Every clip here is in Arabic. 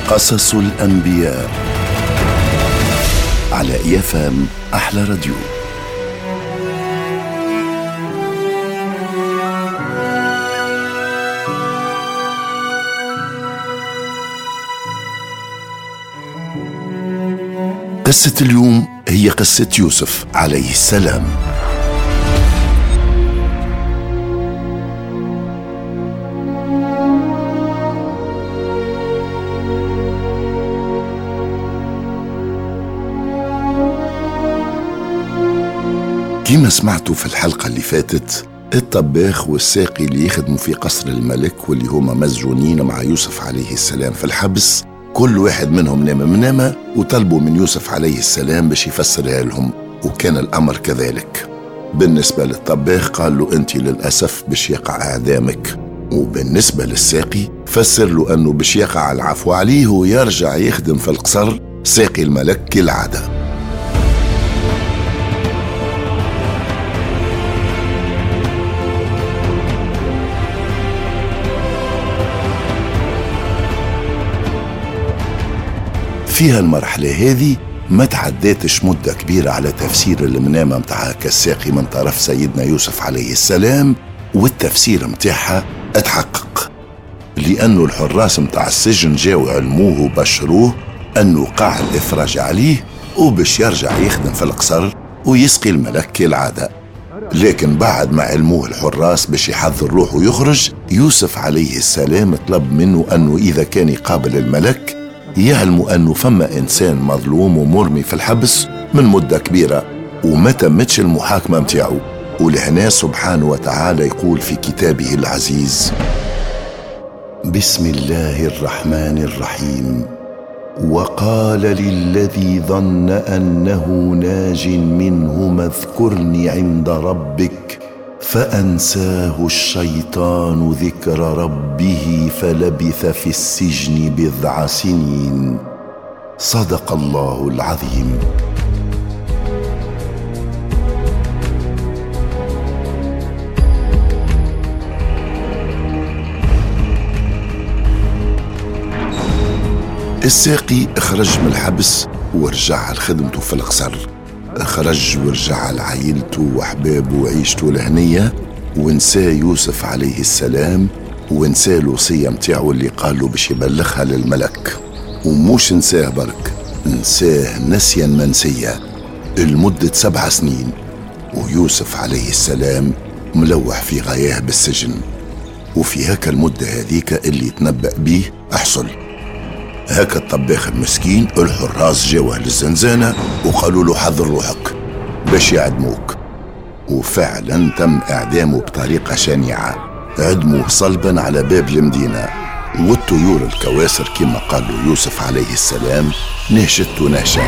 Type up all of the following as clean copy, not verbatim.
قصص الأنبياء على إيفام أحلى راديو. قصة اليوم هي قصة يوسف عليه السلام. كما سمعتوا في الحلقة اللي فاتت، الطباخ والساقي اللي يخدموا في قصر الملك واللي هما مسجونين مع يوسف عليه السلام في الحبس، كل واحد منهم نام منامة وطلبوا من يوسف عليه السلام باش يفسرها لهم، وكان الأمر كذلك. بالنسبة للطباخ قال له أنت للأسف باش يقع إعدامك، وبالنسبة للساقي فسر له أنه باش يقع العفو عليه ويرجع يخدم في القصر ساقي الملك كالعادة. فيها المرحلة هذه ما تعداتش مدة كبيرة على تفسير المنامة متاع الساقي من طرف سيدنا يوسف عليه السلام، والتفسير متاعها اتحقق، لأنه الحراس متاع السجن جاو علموه وبشروه أنه قاع الإفراج عليه وباش يرجع يخدم في القصر ويسقي الملك كالعادة. لكن بعد ما علموه الحراس باش يحضر روحه ويخرج، يوسف عليه السلام طلب منه أنه إذا كان يقابل الملك يعلموا أنه فما إنسان مظلوم ومرمي في الحبس من مدة كبيرة وما تمتش المحاكمة متاعه. ولهنا سبحانه وتعالى يقول في كتابه العزيز: بسم الله الرحمن الرحيم: وقال للذي ظن أنه ناج منهما اذكرني عند ربك فأنساه الشيطان ذكر ربه فلبث في السجن 9 سنين. صدق الله العظيم. الساقي خرج من الحبس ورجع لخدمته في القصر، خرج ورجع لعائلته وأحبابه وعيشته الهنية، ونسى يوسف عليه السلام ونسى الوصية متاعه اللي قاله باش يبلغها للملك. وموش نساه برك، نساه نسيا منسيا لمدة 7 سنين، ويوسف عليه السلام ملوح في غاياه بالسجن. وفي هكا المدة هذيك اللي تنبأ بيه أحصل هكا الطباخ المسكين الحراس جاوه للزنزانة وقالوا له حضر روحك باش يعدموك. وفعلا تم إعدامه بطريقة شنيعة، عدموه صلبا على باب المدينة، والطيور الكواسر كما قال له يوسف عليه السلام نهشت ونهشا.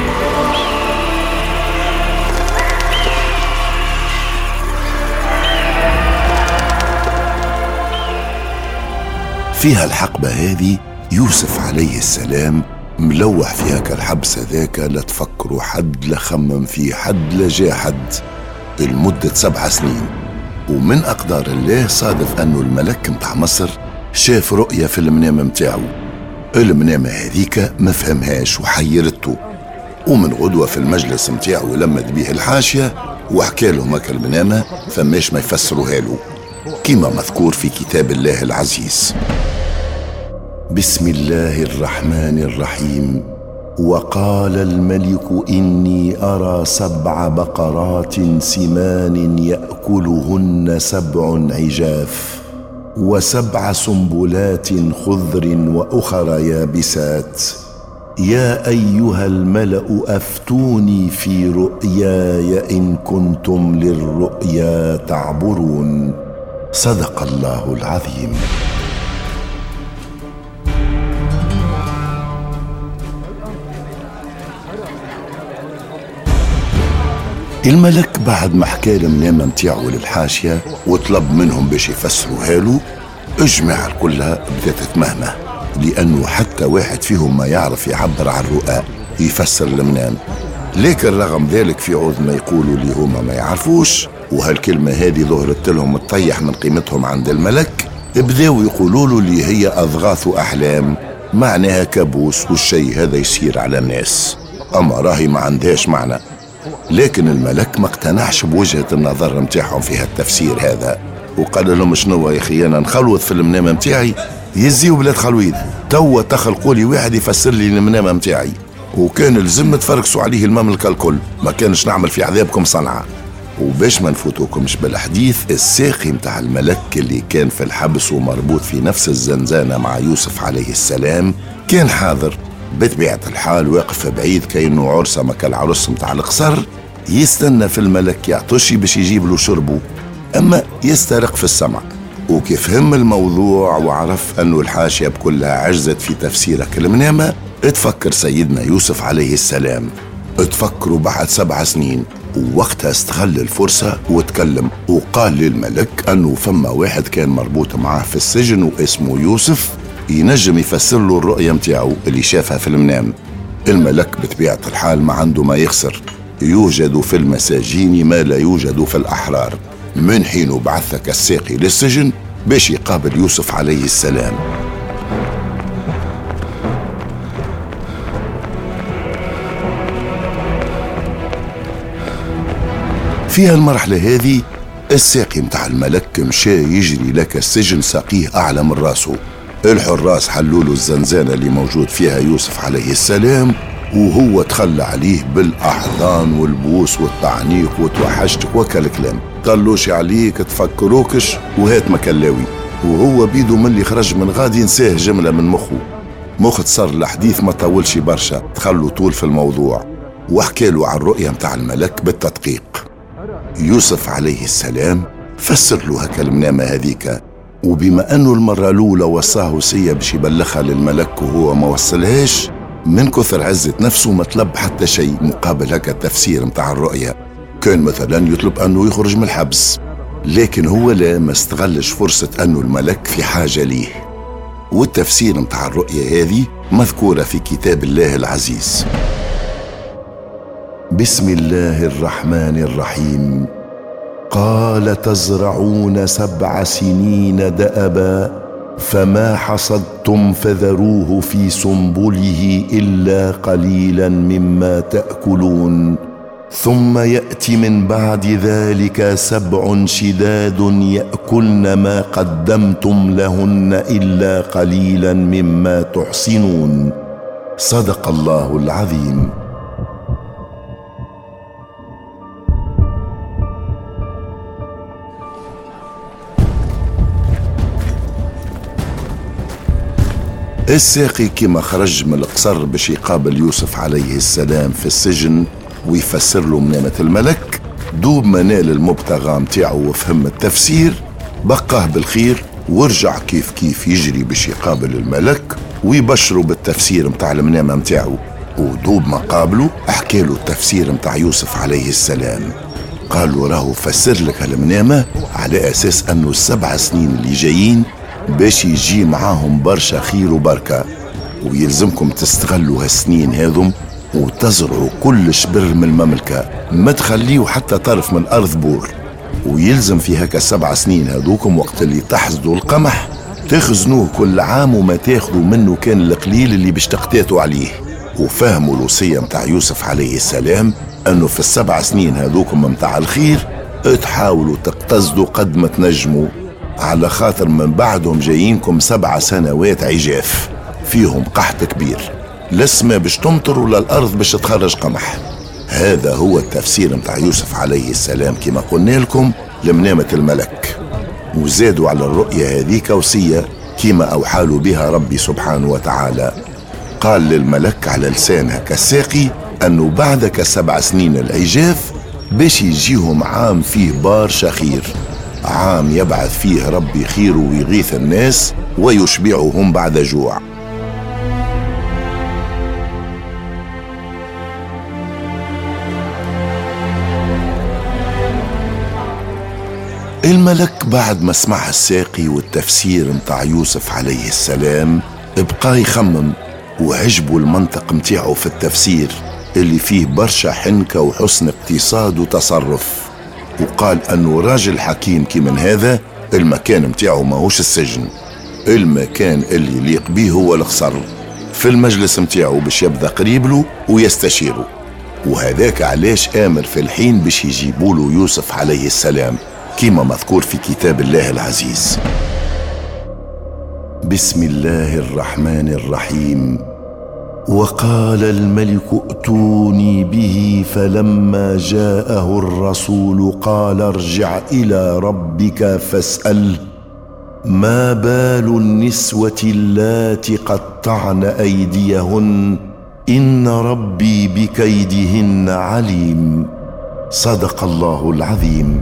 فيها الحقبة هذه يوسف عليه السلام ملوح في هكا الحبس هذاك، لا تفكروا حد، لا خمم فيه حد، لا جاء حد، لمدة 7 سنين. ومن أقدار الله صادف أنه الملك متاع مصر شاف رؤية في المنامة متاعه. المنامة هذيك ما فهمهاش وحيرته، ومن غدوة في المجلس متاعه لمد بيه الحاشية وحكى لهم هكا المنامة، فماش ما يفسروها له كما مذكور في كتاب الله العزيز. بسم الله الرحمن الرحيم: وقال الملك إني أرى 7 بقرات سمان يأكلهن 7 عجاف و7 سنبلات خضر وأخر يابسات، يا أيها الملأ أفتوني في رؤياي إن كنتم للرؤيا تعبرون. صدق الله العظيم. الملك بعد ما حكى المنامة متاعه للحاشية وطلب منهم باش يفسروها له، الجماعة كلها بدات تمهمه، لأنه حتى واحد فيهم ما يعرف يعبر عن الرؤى يفسر المنام. لكن رغم ذلك في عوض ما يقولوا اللي هما ما يعرفوش، وهالكلمة هذه ظهرت لهم تطيح من قيمتهم عند الملك، بداوا يقولوا له اللي هي أضغاث أحلام معناها كابوس، والشيء هذا يصير على الناس، أما راهي ما عندهاش معنى. لكن الملك ما اقتنعش بوجهة النظر متاعهم في هالتفسير هذا، وقال لهم شنو يا أخي، أنا نخلوط في المنامة متاعي؟ يزيو بلاد خلويد، توا تخلقوا لي واحد يفسر لي المنامة متاعي، وكان لازم تفرقسوا عليه المملكة الكل، ما كانش نعمل في عذابكم صنعة. وباش ما نفوتوكمش بالحديث، الساقي متاع الملك اللي كان في الحبس ومربوط في نفس الزنزانة مع يوسف عليه السلام كان حاضر بطبيعة الحال، واقف بعيد كأنه عرسة ما كالعرس متاع القصر، يستنى في الملك يعطشي باش يجيب له شربه، أما يسترق في السمع. وكيف هم الموضوع وعرف أنه الحاشية بكلها عجزت في تفسيرك المنامة، اتفكر سيدنا يوسف عليه السلام، اتفكروا بعد 7 سنين، ووقتها استغل الفرصة وتكلم وقال للملك أنه فما واحد كان مربوط معاه في السجن واسمه يوسف، ينجم يفسر له الرؤية متاعه اللي شافها في المنام. الملك بطبيعة الحال ما عنده ما يخسر، يوجد في المساجين ما لا يوجد في الأحرار، من حين بعثك الساقي للسجن باش يقابل يوسف عليه السلام. فيها المرحلة هذه الساقي متاع الملك مشى يجري لك السجن ساقيه أعلى من راسه. الحراس حلوا له الزنزانة اللي موجود فيها يوسف عليه السلام، وهو تخلى عليه بالأحضان والبوس والتعنيق وتوحشتك وكالكلام، قالوش عليك تفكروكش وهات مكلاوي. وهو بيدو من اللي خرج من غادي نساه جملة من مخه، مختصر الحديث ما طولش برشا، تخلوا طول في الموضوع، وحكاله عن الرؤية متاع الملك بالتدقيق. يوسف عليه السلام فسر له هكا المنامة هذيك، وبما أنه المرة الأولى وصاه وصية باش يبلغها للملك وهو ما وصلهاش، من كثر عزة نفسه ما طلب حتى شيء مقابل هكا التفسير متاع الرؤية. كان مثلا يطلب أنه يخرج من الحبس، لكن هو لا، ما استغلش فرصة أنه الملك في حاجة ليه. والتفسير متاع الرؤية هذه مذكورة في كتاب الله العزيز. بسم الله الرحمن الرحيم. قال تزرعون 7 سنين دأبا فما حصدتم فذروه في سنبله إلا قليلا مما تأكلون ثم يأتي من بعد ذلك 7 شداد يأكلن ما قدمتم لهن إلا قليلا مما تحصنون. صدق الله العظيم. الساقي كما خرج من القصر باش يقابل يوسف عليه السلام في السجن ويفسر له منامة الملك، دوب ما نال المبتغى متاعه وفهم التفسير بقاه بالخير، ورجع كيف كيف يجري باش يقابل الملك ويبشره بالتفسير متاع المنامة متاعه. ودوب ما قابله حكى له التفسير متاع يوسف عليه السلام، قال له راهو فسر لك المنامة على أساس أنه 7 سنين اللي جايين باش يجي معاهم برشا خير وبركة، ويلزمكم تستغلوا هالسنين هذم وتزرعوا كل شبر من المملكة، ما تخليوا حتى طرف من أرض بور. ويلزم في هكا 7 سنين هذوكم وقت اللي تحصدوا القمح تخزنوه كل عام وما تاخذوا منه كان القليل اللي باش تقتاتوا عليه. وفهموا الوصية متاع يوسف عليه السلام أنه في ال7 سنين هذوكم متاع الخير تحاولوا تقتصدوا قد ما تنجموا، على خاطر من بعدهم جايينكم 7 سنوات عجاف فيهم قحط كبير، لا السما باش تمطر ولا الأرض باش تخرج قمح. هذا هو التفسير متاع يوسف عليه السلام كما قلنا لكم لمنامة الملك. وزادوا على الرؤية هذيك وصية كما أوحالوا بها ربي سبحانه وتعالى، قال للملك على لسانها كالساقي أنه بعد 7 سنين العجاف باش يجيهم عام فيه برشا خير، عام يبعث فيه ربي خير ويغيث الناس ويشبعهم بعد جوع. الملك بعد ما سمع الساقي والتفسير متاع يوسف عليه السلام بقى يخمم، وعجبوا المنطق متاعه في التفسير اللي فيه برشا حنكة وحسن اقتصاد وتصرف، وقال أنه راجل حكيم كي من هذا المكان متاعه ماهوش السجن، المكان اللي يليق به هو القصر، في المجلس متاعه باش يبدا قريب له ويستشيره. وهذاك علاش آمر في الحين باش يجيبوا له يوسف عليه السلام كما مذكور في كتاب الله العزيز. بسم الله الرحمن الرحيم. وقال الملك ائتوني به فلما جاءه الرسول قال ارجع إلى ربك فاسأله ما بال النسوة اللاتي قطعن أيديهن إن ربي بكيدهن عليم. صدق الله العظيم.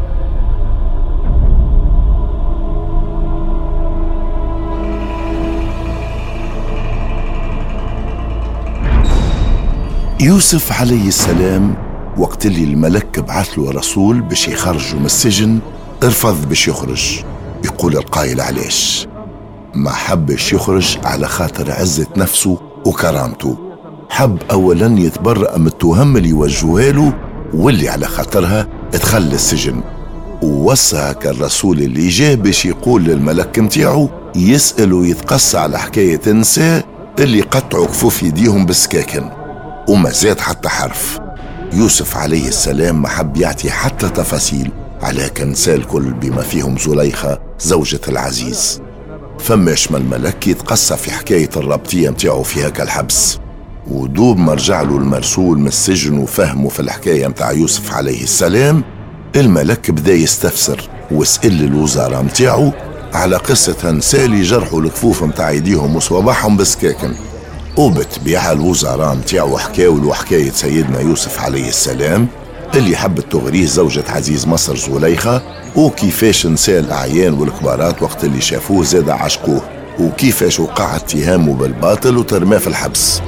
يوسف عليه السلام وقت اللي الملك بعث له رسول باش يخرجه من السجن ارفض باش يخرج. يقول القائل علاش؟ ما حبش يخرج على خاطر عزة نفسه وكرامته. حب أولا يتبرأ من التهم اللي وجهوها له واللي على خاطرها ادخل السجن. ووصى الرسول اللي جاه باش يقول للملك متاعه يسأل ويتقصى على حكاية النساء اللي قطعوا كفوف يديهم بالسكاكن، وما زاد حتى حرف. يوسف عليه السلام ما حب يعطي حتى تفاصيل على كنساء الكل بما فيهم زليخة زوجة العزيز. فماش ما الملك يتقصى في حكاية الربطية متاعه في هكا الحبس. ودوب ما رجع له المرسول من السجن وفهمه في الحكاية متاع يوسف عليه السلام، الملك بدا يستفسر وسأل الوزارة متاعه على قصة هنساء اللي جرحوا الكفوف متاع يديهم وصوابعهم بسكاكن. وبالطبيعة الوزراء متاعه حكاوا له حكاية سيدنا يوسف عليه السلام اللي حبت تغريه زوجة عزيز مصر زليخة، وكيفاش نساء الأعيان والكبارات وقت اللي شافوه زاد عشقوه، وكيفاش وقع اتهامه بالباطل وترماه في الحبس.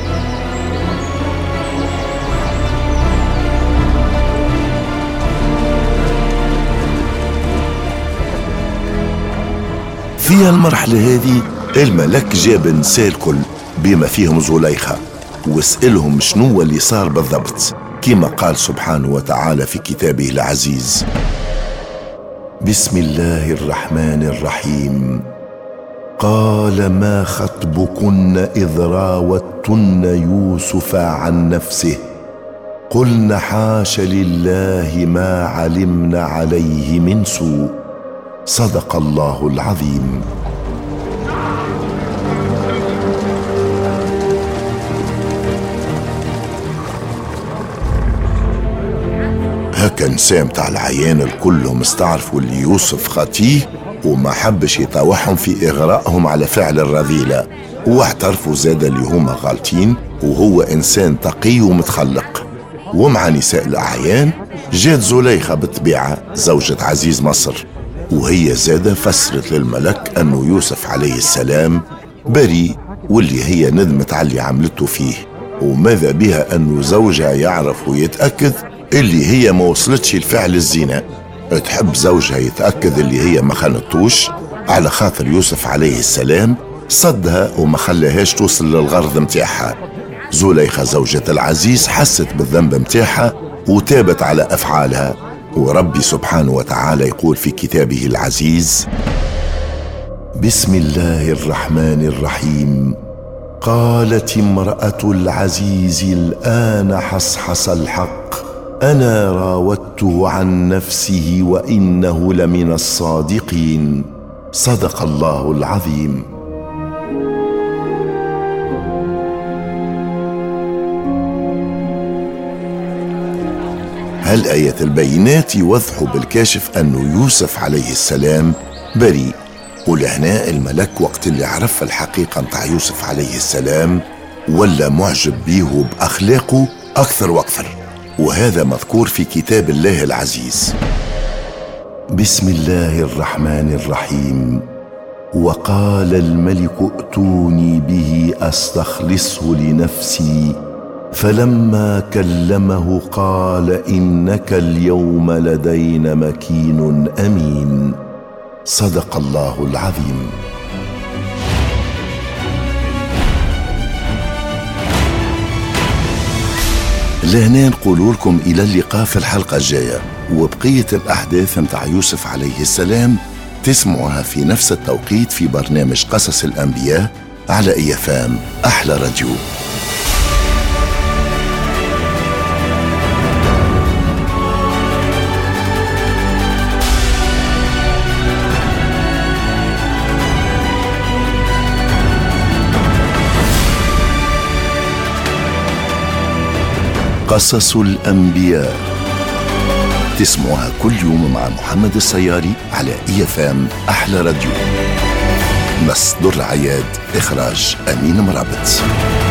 في المرحلة هذه الملك جاب النساء الكل بما فيهم زليخة واسألهم شنو اللي صار بالضبط كما قال سبحانه وتعالى في كتابه العزيز. بسم الله الرحمن الرحيم. قال ما خطبكن إذ راوتن يوسف عن نفسه قلن حاش لله ما علمنا عليه من سوء. صدق الله العظيم. هكا نساء متاع العيان الكل مستعرفوا اللي يوسف خطيه وما حبش يطاوعهم في إغرائهم على فعل الرذيلة، واعترفوا زاد اللي هما غالطين وهو إنسان تقي ومتخلق. ومع نساء الأعيان جات زليخة بالطبيعة زوجة عزيز مصر، وهي زادة فسرت للملك أنه يوسف عليه السلام بريء واللي هي ندمت على اللي عملته فيه، وماذا بها أنه زوجها يعرف ويتأكد اللي هي ما وصلتش لفعل الزنا. تحب زوجها يتأكد اللي هي ما خانتوش على خاطر يوسف عليه السلام صدها وما خلاهاش توصل للغرض متاعها. زليخة زوجة العزيز حست بالذنب متاعها وتابت على أفعالها. وربي سبحانه وتعالى يقول في كتابه العزيز: بسم الله الرحمن الرحيم. قالت امرأة العزيز الآن حصحص الحق أنا راودته عن نفسه وإنه لمن الصادقين. صدق الله العظيم. هالآية البينات يوضحوا بالكاشف أنه يوسف عليه السلام بريء. ولهنا الملك وقت اللي عرف الحقيقة متاع يوسف عليه السلام ولا معجب بيه وبأخلاقه أكثر وأكثر، وهذا مذكور في كتاب الله العزيز. بسم الله الرحمن الرحيم. وقال الملك ائتوني به أستخلصه لنفسي فلما كلمه قال إنك اليوم لدينا مكين أمين. صدق الله العظيم. لهنا نقول لكم إلى اللقاء في الحلقة الجاية، وبقية الأحداث متاع يوسف عليه السلام تسمعها في نفس التوقيت في برنامج قصص الأنبياء على إيفام أحلى راديو. قصص الأنبياء تسمعها كل يوم مع محمد السياري على إيفام أحلى راديو. نص در عياد، إخراج أمين مرابط.